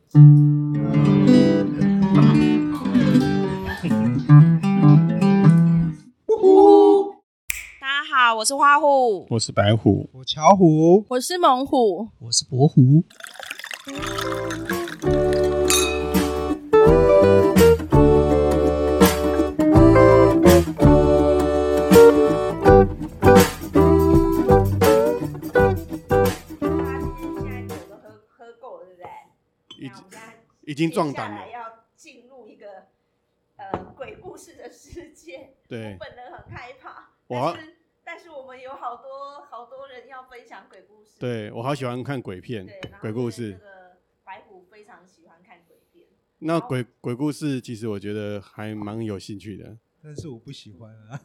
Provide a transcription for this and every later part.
大家好，我是花虎， 我是白虎， 我巧虎， 我是猛虎， 我是博虎。 已经壮胆了， 要进入一个鬼故事的世界。 对， 我本人很害怕，但是我们有好多人要分享鬼故事。 对，我好喜欢看鬼片、鬼故事。 这个白虎非常喜欢看鬼片。 那鬼故事其实我觉得还蛮有兴趣的， 但是我不喜欢啊。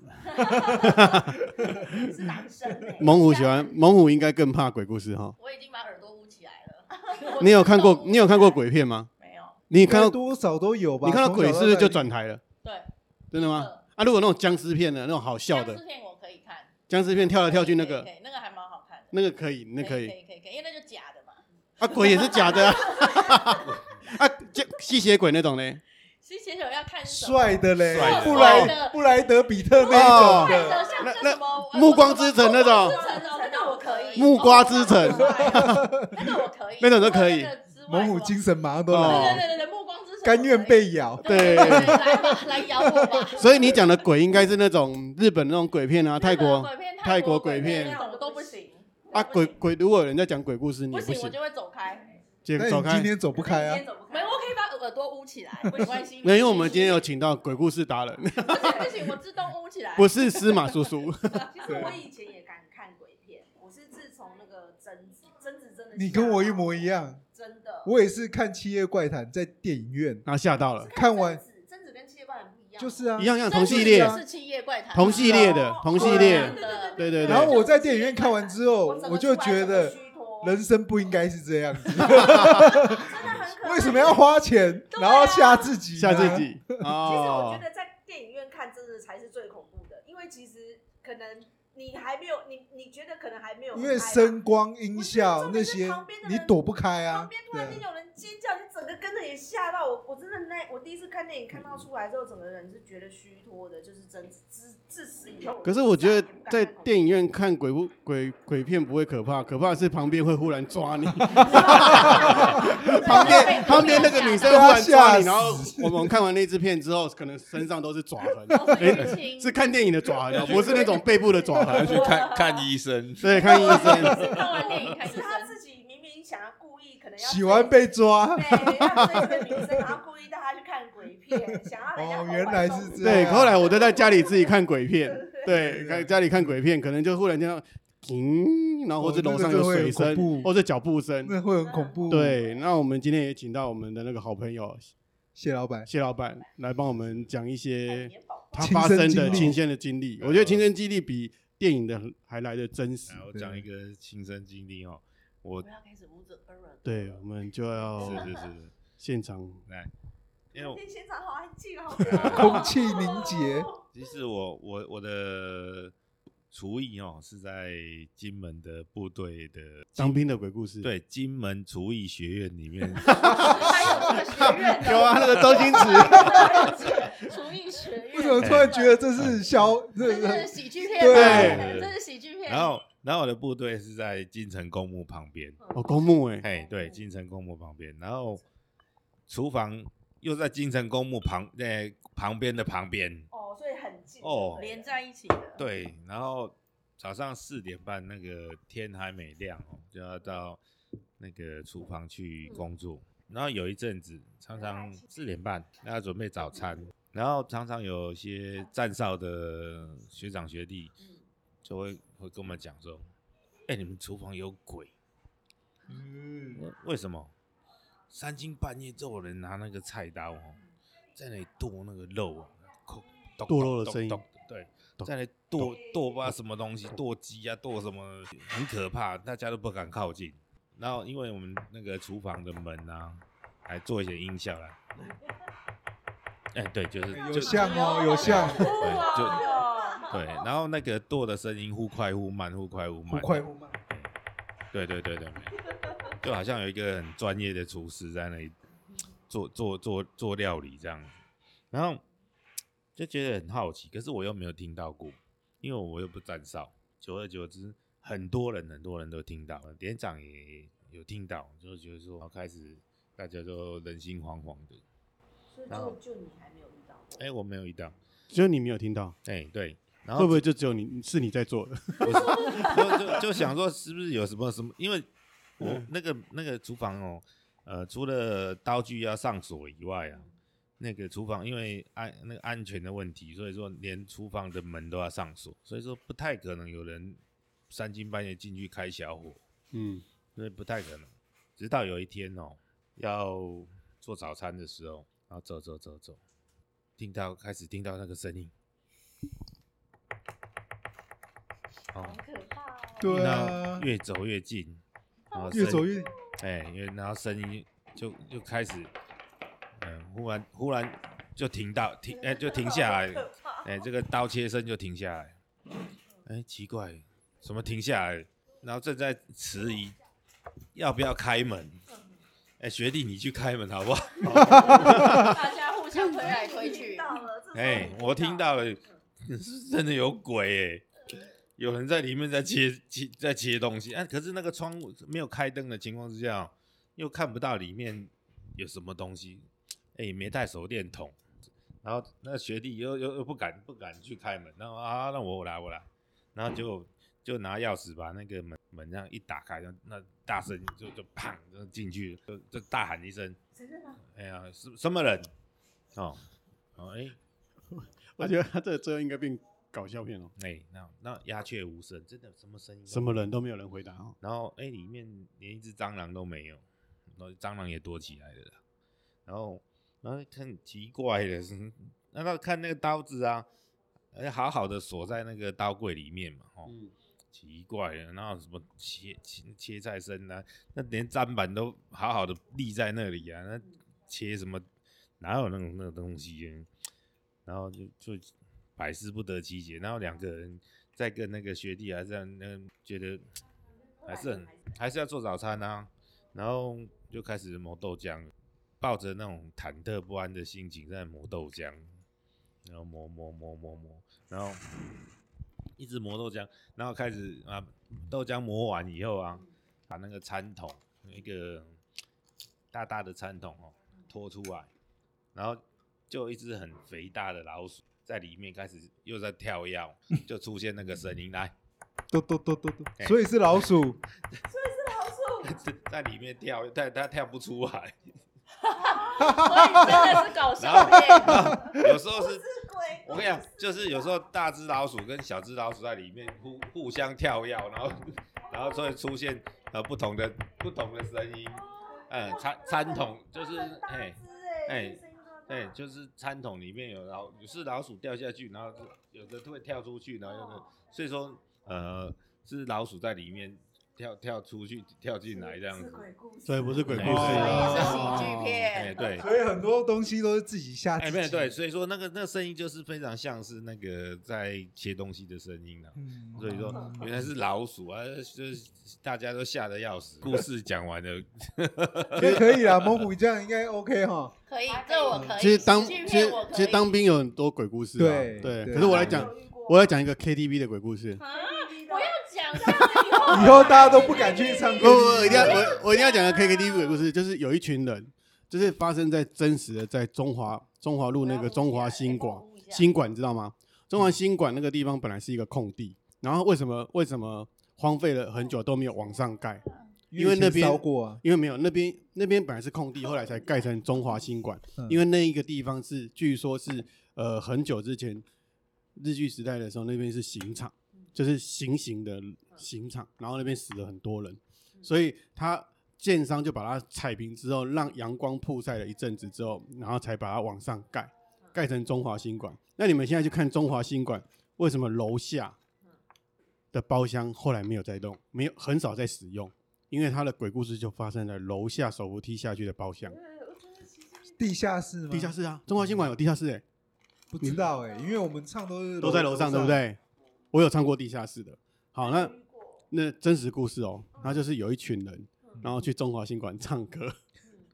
是男生欸。 猛虎喜欢，猛虎应该更怕鬼故事哈。 我已经把耳朵捂起来了。 你有看过鬼片吗？ 没有。 你看到多少都有吧？ 你看到鬼是不是就转台了？ 对。 真的吗？啊，如果那种僵尸片的那种好笑的， 僵尸片我可以看。 僵尸片跳来跳去那个， 那个还蛮好看的。 那个可以，那可以， 因为那就假的嘛。 啊，鬼也是假的啊。啊，吸血鬼那种呢？ 吸血鬼要看帅的嘞，布莱德比特那种的， 那暮光之城那种， 那我可以。 木瓜之城， 那个我可以， 那种都可以。 猛虎精神马上都来， 对，暮光之城甘愿被咬， 对，来咬我吧。 所以你讲的鬼应该是那种日本那种鬼片啊，泰国鬼片， 我都不行。 啊，鬼如果有人在讲鬼故事，你不行， 我就会走开。 走开， 今天走不开啊。 没，我可以把耳朵捂起来，没关系。 没有，因为我们今天有请到鬼故事达人。 不行，我自动捂起来。 不是司马叔叔。 其实我以前也敢看鬼片，我是自从那个贞子真的。 你跟我一模一样。 真的。 我也是看《七夜怪谈》在电影院， 然后吓到了。 看完。 贞子跟七夜怪谈不一样。 就是啊， 一样同系列。 是七夜怪谈。 同系列的，同系列。对。 然后我在电影院看完之后，我就觉得。人生不应该是这样子，为什么要花钱，然后吓自己？ 吓自己。 其实我觉得在电影院看真的才是最恐怖的，因为其实可能你还没有，你觉得可能还没有， 因为声光音效那些你躲不开啊。 旁边突然间有人尖叫，你整个跟着也吓到我。我真的我第一次看电影看到出来之后，整个人是觉得虚脱的，就是真自此以后。 可是我觉得在电影院看鬼片不会可怕，可怕的是旁边会忽然抓你。旁边那个女生忽然抓你，然后我们看完那支片之后，可能身上都是爪痕。是看电影的爪痕，不是那种背部的爪痕。 去看医生。 对，看医生。 看完电影是他自己明明想要故意，可能要喜欢被抓。 对，要追这个女生，然后故意带她去看鬼片，想要人家。 原来是这样。 对，后来我就在家里自己看鬼片。对，家里看鬼片，可能就忽然间，然后或者楼上有水声，或者脚步声， 那会很恐怖。 对，那我们今天也请到我们的那个好朋友谢老板来帮我们讲一些他发生的亲身的经历。我觉得亲身经历比电影的还来得真实。 我讲一个亲身经历哦， 我要开始捂着耳朵。 对，我们就要是现场来，因为现场好安静哦， 空气凝结。 其实我的厨艺是在金门的部队的当兵的鬼故事。 对，金门厨艺学院里面还有这个学院有啊，那个周星驰厨艺学院。 为什么突然觉得这是这是喜剧片？ 对， 这是喜剧片。 然后我的部队是在金城公墓旁边。 公墓对，金城公墓旁边，然后厨房又在金城公墓旁边的旁边。 所以很近连在一起的。 对，然后早上4点半，那个天还没亮就要到那个厨房去工作。然后有一阵子，常常4点半要准备早餐，然后常常有些站哨的学长学弟就会跟我们讲说：“你们厨房有鬼。”为什么？3更半夜就有人拿那个菜刀在那里剁那个肉剁肉的声音， 对，在那剁不知道什么东西，剁鸡啊，剁什么，很可怕，大家都不敢靠近。然后因为我们那个厨房的门啊，还做一些音效啦。对，就是有像有像， 对，然后那个剁的声音忽快忽慢，忽快忽慢，对，就好像有一个很专业的厨师在那里做料理这样子，然后就觉得很好奇，可是我又没有听到过，因为我又不站哨，久而久之，很多人都听到，连长也有听到，就觉得说开始大家都人心惶惶的。 所以就你还没有遇到过？ 我没有遇到， 只有你没有听到。 对。然后会不会就只有你在做的？ 就想说是不是有什么，因为我那个厨房除了刀具要上锁以外啊，那个厨房因为那个安全的问题，所以说连厨房的门都要上锁，所以说不太可能有人3更半夜进去开小火，所以不太可能。直到有一天要做早餐的时候，然后走，开始听到那个声音。 好可怕哦！ 对啊， 越走越近，然后越走越然后声音就开始，忽然就就停下来，这个刀切声就停下来，奇怪，怎么停下来？然后正在迟疑要不要开门，学弟你去开门好不好？ 大家互相推来推去， 我听到了，真的有鬼有人在里面在切东西，可是那个窗户没有开灯的情况之下，又看不到里面有什么东西，没带手电筒，然后那学弟又不敢去开门，然后那我来，然后就拿钥匙把那个门这样一打开，那大声就砰就进去，就大喊一声， 谁人啊？ 什么人？ 我觉得他这个最后应该变搞笑片那鸦雀无声，真的什么声音？ 什么人都没有人回答然后里面连一只蟑螂都没有，然后蟑螂也躲起来了啦。然后看奇怪的是，那看那个刀子啊，好好的锁在那个刀柜里面嘛，奇怪的，然后什么切菜身啊，那连砧板都好好的立在那里啊，那切什么哪有那个东西？然后就百思不得其解，然后2个人在跟那个学弟还是觉得还是要做早餐啊，然后就开始磨豆浆，抱着那种忐忑不安的心情在磨豆浆，然后磨，然后一直磨豆浆，然后开始豆浆磨完以后啊，把那个餐桶一个大大的餐桶拖出来，然后就有一只很肥大的老鼠在里面开始又在跳跃，就出现那个声音来， 所以是老鼠， 在里面跳，但它跳不出来。 所以真的是搞笑片。 有时候是，我跟你讲，就是有时候大只老鼠跟小只老鼠在里面互相跳跃，然后所以出现不同的声音。餐桶就是就是餐桶里面有老鼠掉下去，然后有的会跳出去，然后有的，所以说是老鼠在里面跳出去跳进来这样子， 所以不是鬼故事， 是喜剧片。 对， 所以很多东西都是自己吓自己。 对，所以说那个声音就是非常像是那个在切东西的声音所以说原来是老鼠啊，就是大家都吓得要死。故事讲完了， 可以啦，猛虎这样应该 OK 哈。 可以，这我可以。 其实当兵有很多鬼故事， 对。 可是我来讲一个 KTV 的鬼故事。 不要讲， 以后大家都不敢去唱 KTV。我一定要讲个 KTV 鬼故事，就是有一群人，就是发生在真实的在中华路那个中华新馆，你知道吗？中华新馆那个地方本来是一个空地，然后为什么荒废了很久都没有往上盖？因为那边烧过啊， 因为没有那边本来是空地，后来才盖成中华新馆。因为那一个地方是据说是很久之前日据时代的时候，那边是刑场，就是行的刑场，然后那边死了很多人，所以他建商就把它踩平之后，让阳光曝晒了一阵子之后，然后才把它往上盖成中华新馆。那你们现在去看中华新馆，为什么楼下的包厢后来没有在动，很少在使用？因为他的鬼故事就发生在楼下手扶梯下去的包厢。 地下室吗？ 地下室啊，中华新馆有地下室不知道因为我们唱都在楼上，对不对？我有唱过地下室的。好，那真实故事那就是有一群人，然后去中华新馆唱歌，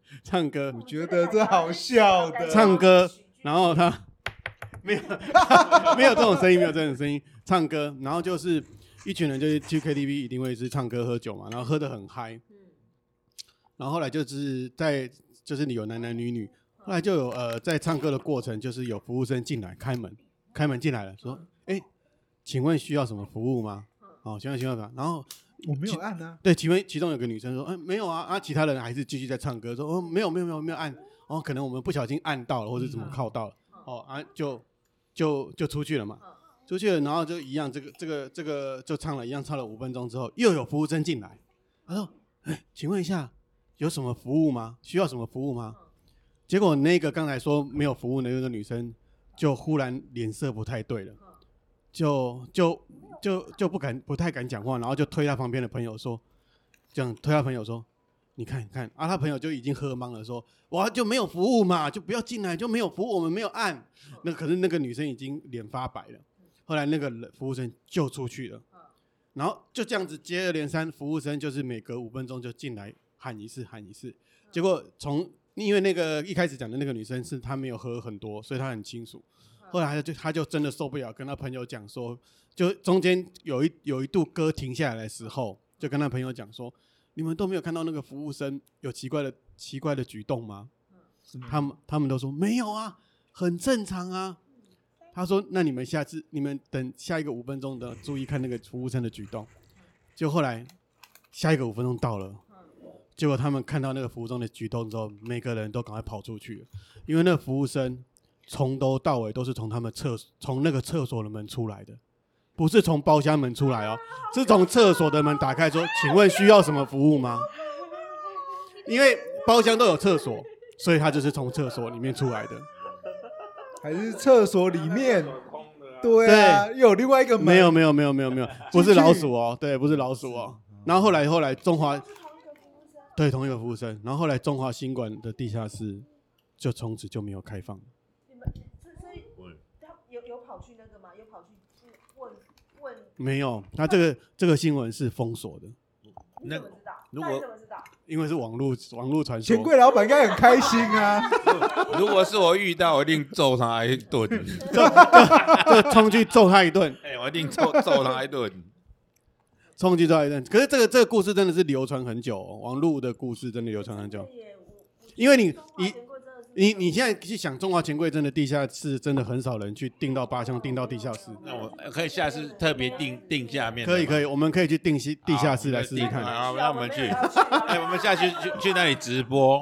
唱歌， 我觉得这好笑的。 唱歌，然后他没有没有这种声音，没有这种声音，唱歌，然后就是一群人就是去 KTV 一定会是唱歌喝酒嘛，然后喝得很嗨，然后后来就是就是有男男女女，后来就有在唱歌的过程，就是有服务生进来开门进来了，说请问需要什么服务吗？请问需要什么？然后我没有按啊。 对，其中有个女生说，没有啊，其他人还是继续在唱歌，说没有按，可能我们不小心按到了，或者怎么靠到了，就出去了嘛，出去了，然后就一样，这个就唱了一样，唱了5分钟之后，又有服务生进来，他说，请问一下，有什么服务吗？需要什么服务吗？结果那个刚才说没有服务的那个女生，就忽然脸色不太对了，就不太敢讲话，然后就推他旁边的朋友说，这样推他朋友说，你看他朋友就已经喝懵了，说哇就没有服务嘛，就不要进来，就没有服务，我们没有按。可是那个女生已经脸发白了，后来那个服务生就出去了，然后就这样子接二连三，服务生就是每隔5分钟就进来喊一次，结果因为那个一开始讲的那个女生是她没有喝很多，所以她很清楚。后来她就真的受不了，跟她朋友讲说，就中间有一度歌停下来的时候，就跟她朋友讲说，你们都没有看到那个服务生有奇怪的举动吗？他们都说没有啊，很正常啊。他说那你们等下一个5分钟的注意看那个服务生的举动。就后来下一个5分钟到了，结果他们看到那个服务生的举动之后，每个人都赶快跑出去了，因为那个服务生从头到尾都是从那个厕所的门出来的，不是从包厢门出来哦，是从厕所的门打开说，请问需要什么服务吗？因为包厢都有厕所，所以他就是从厕所里面出来的。 还是厕所里面？对啊，又有另外一个门。 没有，不是老鼠哦，对，不是老鼠哦。然后后来中华，对，同一个服务生。然后后来中华新馆的地下室就从此就没有开放。 你们所以他有跑去那个吗？有跑去问？没有，他这个新闻是封锁的。 你怎么知道？ 如果因为是网络传说， 钱柜老板应该很开心啊。 如果是我遇到，我一定揍他一顿， 就冲去揍他一顿。 我一定揍他一顿， 冲去揍他一顿。可是这个故事真的是流传很久，网络的故事真的流传很久。因为你现在去想中华钱柜真的地下室，真的很少人去订到8箱，订到地下室。 那我可以下次特别订下面。 可以，我们可以去订地下室来试试看。 好，那我们去。我们下去去那里直播。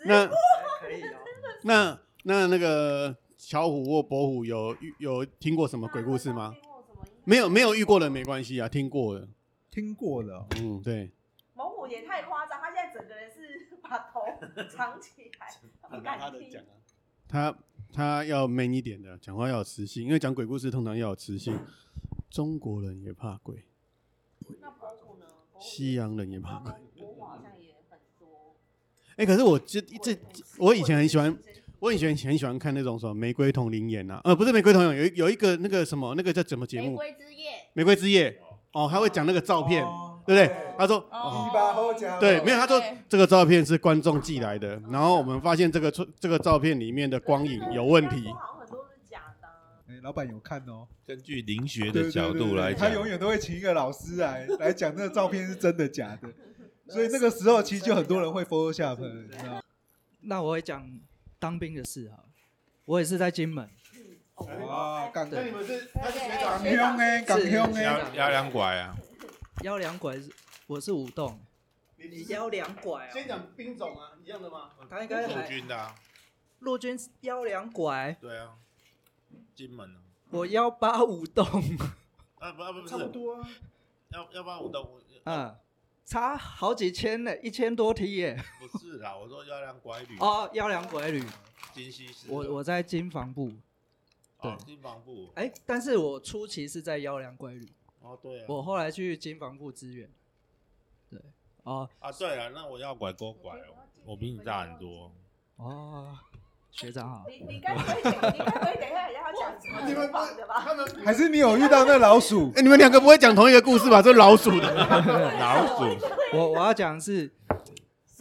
那个巧虎或伯虎有听过什么鬼故事吗？没有遇过的没关系啊，听过的。对。 猛虎也太夸张，他现在整个人是把头藏起来，不敢听。 他要 man 一点的，讲话要有磁性，因为讲鬼故事通常要有磁性。中国人也怕鬼。 那伯虎呢？ 西洋人也怕鬼。 伯虎好像也很多。 可是我以前很喜欢看那种什么玫瑰瞳铃眼啊，不是玫瑰瞳铃眼，有一个那个什么那个叫什么节目？玫瑰之夜。他会讲那个照片。对不对？他说，对，没有，他说这个照片是观众寄来的，然后我们发现这个照片里面的光影有问题。 很多是假的。 老板有看哦。 根据灵学的角度来讲， 他永远都会请一个老师来讲那个照片是真的假的，所以那个时候其实就很多人会 Photoshop， 你知道吗？ 那我会讲当兵的事哈，我也是在金门。 那你们是港乡的，港乡的， 幺两拐啊。 幺两拐，我是舞动。你幺两拐啊？ 先讲兵种啊，一样的吗？ 他应该陆军的啊。 陆军幺两拐。 对啊，金门啊。 我185舞动。 不是， 差不多啊。 185舞动。 差好几千呢，1000多梯耶。 不是啦，我说幺两拐旅。 幺两拐旅。 金溪市。 我在金防部。 对，金防部。 但是我初期是在幺两拐旅。 对啊， 我后来去金防部支援。对， 对了，那我要拐勾拐哦，我比你大很多。 学长好。 你该不会等一下要讲什么厨房的吧？ 还是你有遇到那老鼠？ 你们2个不会讲同一个故事吧？这老鼠的。 老鼠。 我要讲的是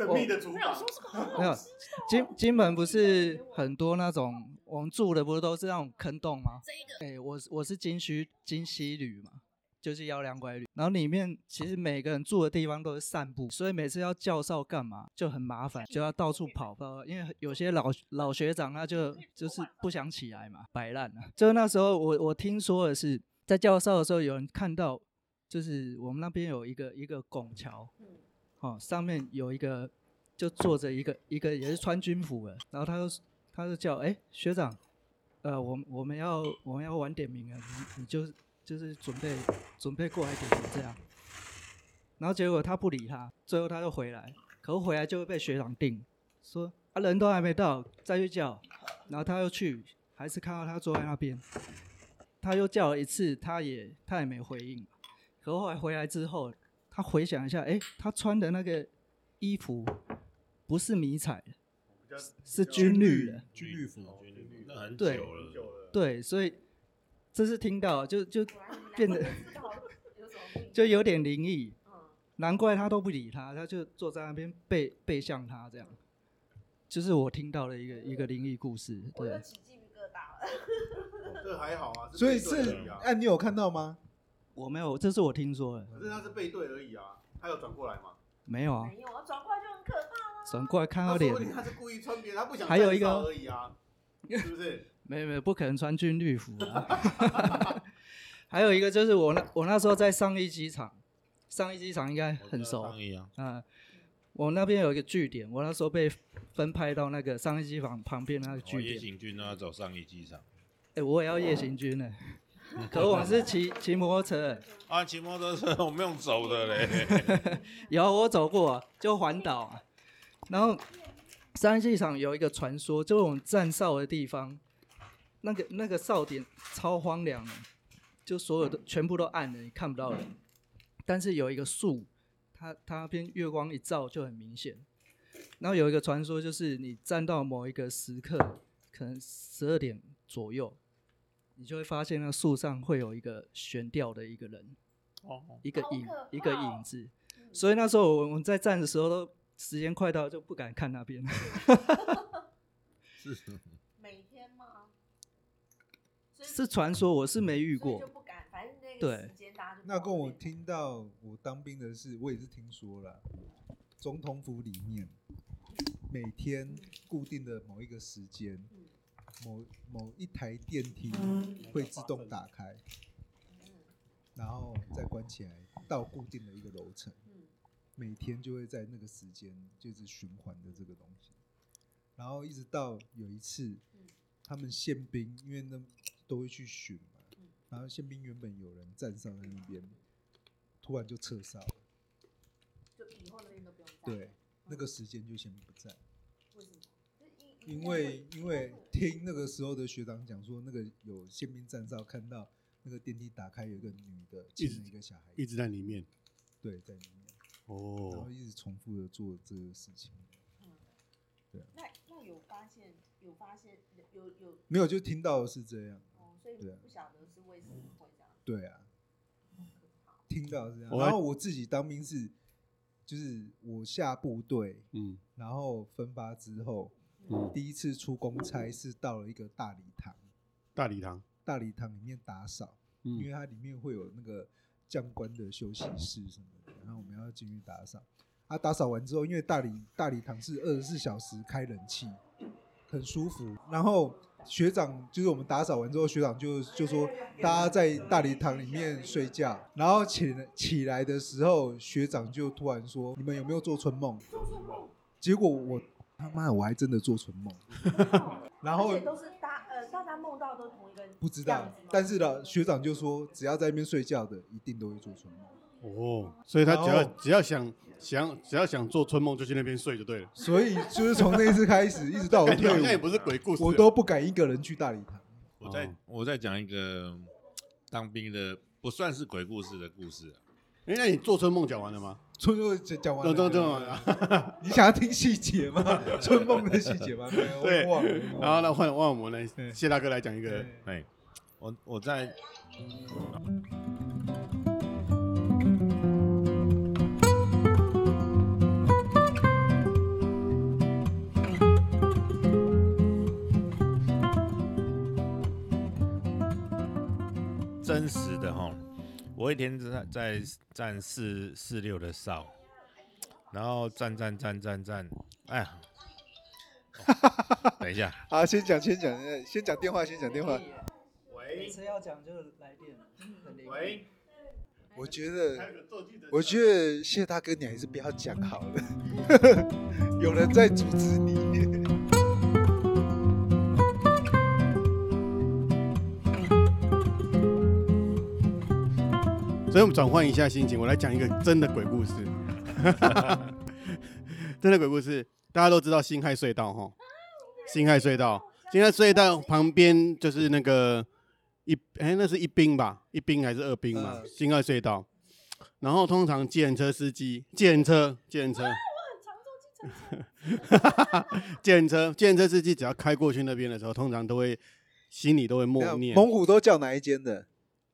神秘的厨房。 没有，金门不是很多那种我们住的不是都是那种坑洞吗？我是金溪旅嘛，就是幺两拐旅，然后里面其实每个人住的地方都是散步，所以每次要叫哨干嘛就很麻烦，就要到处跑，因为有些老学长他就是不想起来嘛，摆烂了。就是那时候我听说的是，在叫哨的时候有人看到，就是我们那边有一个拱桥，上面有一个就坐着一个也是穿军服的，然后他就叫学长，我们要晚点名了，你就是准备过来点名这样，然后结果他不理他，最后他就回来，可是回来就会被学长定，说人都还没到，再去叫，然后他又去，还是看到他坐在那边，他又叫了一次，他也没回应，可后来回来之后，他回想一下，他穿的那个衣服不是迷彩的，是军绿的， 军绿服， 那很久了。 对，所以这是听到就变得就有点灵异，难怪他都不理他，他就坐在那边背向他这样，就是我听到的一个灵异故事。对， 我又起鸡皮疙瘩了。 这还好啊， 所以是你有看到吗？ 我没有，这是我听说的。 可是他是背对而已啊，他有转过来吗？ 没有啊， 没有啊，转过来就很可怕啦。 转过来看到脸， 他是故意穿别人，他不想还有一个而已啊，是不是？ 没不可能穿军绿服啊。还有一个就是我那时候在上义机场应该很熟。我那边有一个据点，我那时候被分派到那个上义机场旁边那个据点。 夜行军都要走上义机场。 我也要夜行军呢。可我是骑摩托车啊，骑摩托车我们用走的嘞。 有我走过，就环岛啊。然后上义机场有一个传说，就是我们站哨的地方，那个哨点超荒凉的，就所有的全部都暗了，你看不到人。但是有一个树，它那边月光一照就很明显。然后有一个传说，就是你站到某一个时刻，可能12点左右，你就会发现那树上会有一个悬吊的一个人，一个影子。所以那时候我们在站的时候都时间快到就不敢看那边。 是每天吗？ 是传说，我是没遇过。 就不敢，反正那个时间大家就。 那跟我听到我当兵的事，我也是听说了，总统府里面每天固定的某一个时间。某一台电梯会自动打开，然后再关起来，到固定的一个楼层，每天就会在那个时间就是循环的这个东西，然后一直到有一次，他们宪兵因为那都会去巡嘛，然后宪兵原本有人站哨在那边，突然就撤哨了， 就以后那边都不用站。 对，那个时间就先不站。 为什么？ 因为听那个时候的学长讲说，那个有宪兵站哨看到那个电梯打开，有一个女的牵了一个小孩， 一直在里面。 对，在里面。 哦。 然后一直重复的做这个事情。对。 那有发现有没有，就听到的是这样。 所以不晓得是为什么会这样。 对啊。听到是这样。然后我自己当兵是，就是我下部队，然后分发之后。第一次出公差是到了一个大礼堂，大礼堂里面打扫，因为它里面会有那个将官的休息室什么的，然后我们要进去打扫。打扫完之后，因为大礼堂是24小时开冷气，很舒服。然后学长就是我们打扫完之后，学长就说大家在大礼堂里面睡觉，然后起来的时候，学长就突然说：“你们有没有做春梦？”结果他妈，我还真的做春梦，然后都是大家梦到都同一个不知道，但是呢，学长就说只要在那边睡觉的，一定都会做春梦。 哦，所以他只要想做春梦，就去那边睡就对了。 所以就是从那次开始，一直到我退伍，好像也不是鬼故事， 我都不敢一个人去大礼堂。 我再讲一个当兵的不算是鬼故事的故事啊。 那你做春梦讲完了吗？ 春梦讲完了， 讲完了。 你想要听细节吗？春梦的细节吗？ 对， 忘了。 然后呢，换我们来，谢大哥来讲一个。 我在。 真实的哈。我一天在站446的哨，然后站，哎呀，等一下， 好，先讲电话， 喂，每次要讲就来电。 喂， 我觉得谢大哥你还是不要讲好了，有人在阻止你。 所以我们转换一下心情，我来讲一个真的鬼故事。真的鬼故事，大家都知道辛亥隧道哈，辛亥隧道旁边就是那个那是一兵吧，一兵还是二兵嘛？辛亥隧道。然后通常计程车司机，计程车，计程车司机只要开过去那边的时候，通常心里都会默念。 猛虎都叫哪一间的？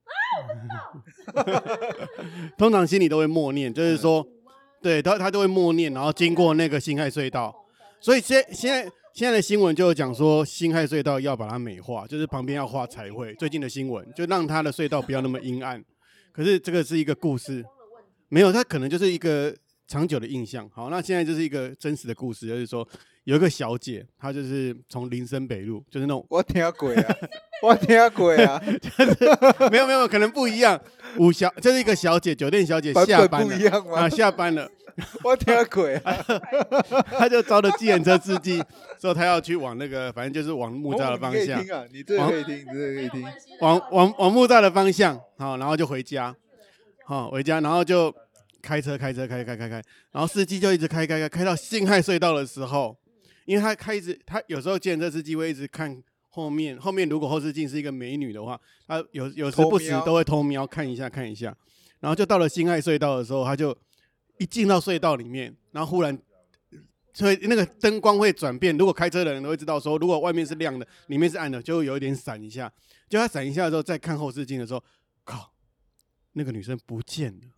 通常心里都会默念，就是说，对他都会默念，然后经过那个辛亥隧道。所以现在的新闻就有讲说，辛亥隧道要把它美化，就是旁边要画彩绘。最近的新闻就让它的隧道不要那么阴暗。可是这个是一个故事，没有，它可能就是一个长久的印象。好，那现在就是一个真实的故事，就是说有一个小姐，她就是从林森北路，就是那种我听过啊， 就是没有，可能不一样。就是一个小姐，酒店小姐下班了， 不一样吗？ 下班了， 我听过啊， 她就招了计程车司机，说她要去往那个，反正就是往木栅的方向。 你这个可以听， 往木栅的方向，好，然后就回家，然后就开车，然后司机就一直开到辛亥隧道的时候，因为他有时候计程车司机会一直看后面如果后视镜是一个美女的话，他有时不时都会偷瞄看一下，然后就到了辛亥隧道的时候，他就一进到隧道里面，然后忽然，所以那个灯光会转变，如果开车的人都会知道说，如果外面是亮的，里面是暗的，就会有一点闪一下，就他闪一下的时候，再看后视镜的时候，靠，那个女生不见了，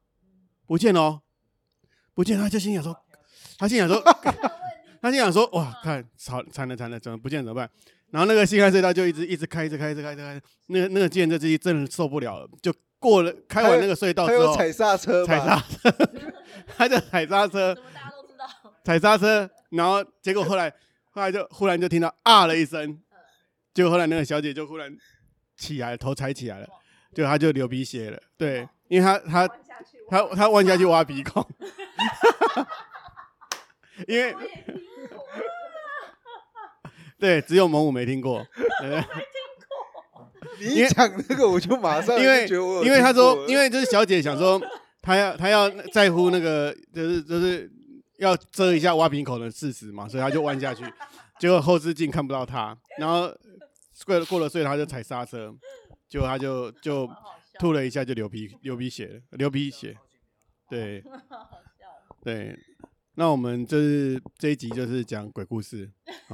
他就心想说，哇，看惨了，怎么不见怎么办？然后那个辛亥隧道就一直开，那个计程车司机真的受不了了，就开完那个隧道之后， 他有踩刹车， 他就踩刹车，怎么大家都知道？踩刹车，然后结果后来就忽然就听到啊了一声，结果后来那个小姐就忽然起来，头抬起来了，就他就流鼻血了，对，因为他弯下去挖鼻孔，因为。对，只有猛虎没听过。 你一讲那个，我就马上因为他说，因为就是小姐想说，她要在乎那个，就是要遮一下挖鼻孔的事实嘛，所以她就弯下去，结果后视镜看不到她，然后过了隧道，她就踩刹车，结果她就吐了一下，就流鼻血，对，对。那我们这一集就是讲鬼故事，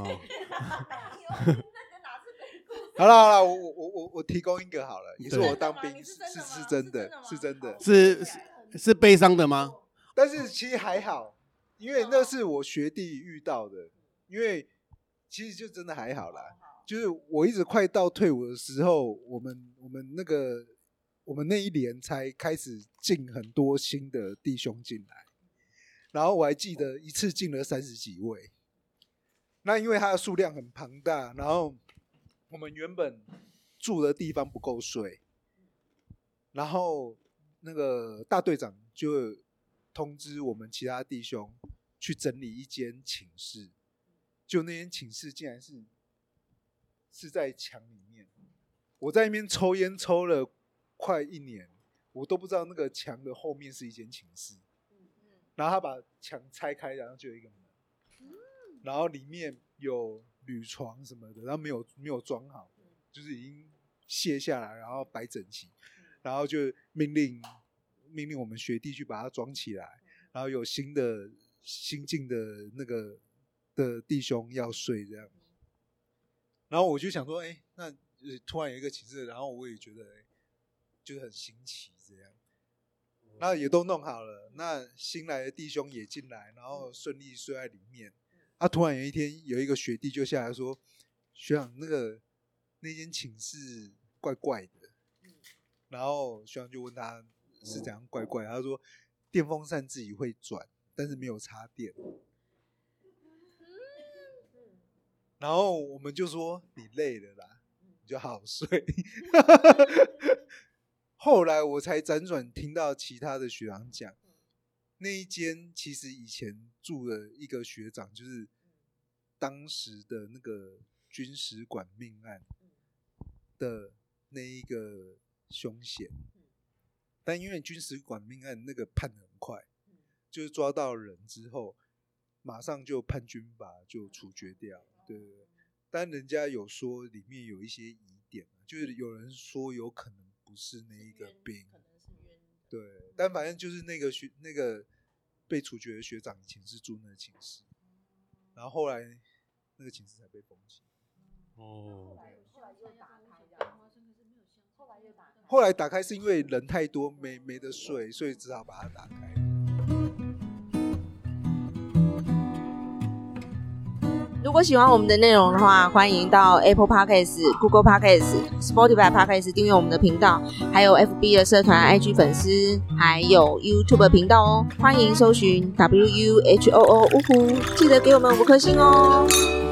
好了，我提供一个好了，也是我当兵是真的， 是悲伤的吗？ 但是其实还好，因为那是我学弟遇到的，因为其实就真的还好啦。就是我一直快到退伍的时候，我们那一年才开始进很多新的弟兄进来。然后我还记得一次进了30几位，那因为它的数量很庞大，然后我们原本住的地方不够睡，然后那个大队长就通知我们其他弟兄去整理一间寝室，就那间寝室竟然是在墙里面，我在那边抽烟抽了快1年，我都不知道那个墙的后面是一间寝室。然后他把墙拆开，然后就有一个门，然后里面有铝床什么的，然后没有装好，就是已经卸下来，然后摆整齐，然后就命令我们学弟去把它装起来，然后有新进的那个的弟兄要睡这样，然后我就想说，那突然有一个寝室，然后我也觉得就是很新奇这样。然后也都弄好了，那新来的弟兄也进来，然后顺利睡在里面。突然有一天，有一个学弟就下来说：“学长，那间寝室怪怪的。” 然后学长就问他是怎样怪怪，他说电风扇自己会转，但是没有插电。然后我们就说你累了啦，你就好好睡。后来我才辗转听到其他的学长讲，那一间其实以前住了一个学长，就是当时的那个军使馆命案的那一个凶嫌，但因为军使馆命案那个判得很快，就是抓到人之后马上就判军法就处决掉，对对对。但人家有说里面有一些疑点，就是有人说有可能不是那一个兵，对，但反正就是那个被处决的学长以前是住那个寝室，然后后来那个寝室才被封起。哦，后来打开是因为人太多没得睡，所以只好把它打开。 如果喜欢我们的内容的话，欢迎到 Apple Podcast、Google Podcast、Spotify Podcast 订阅我们的频道，还有 FB 的社团、IG 粉丝，还有 YouTube 频道哦。欢迎搜寻 WUHOO 呜呼，记得给我们5颗星哦。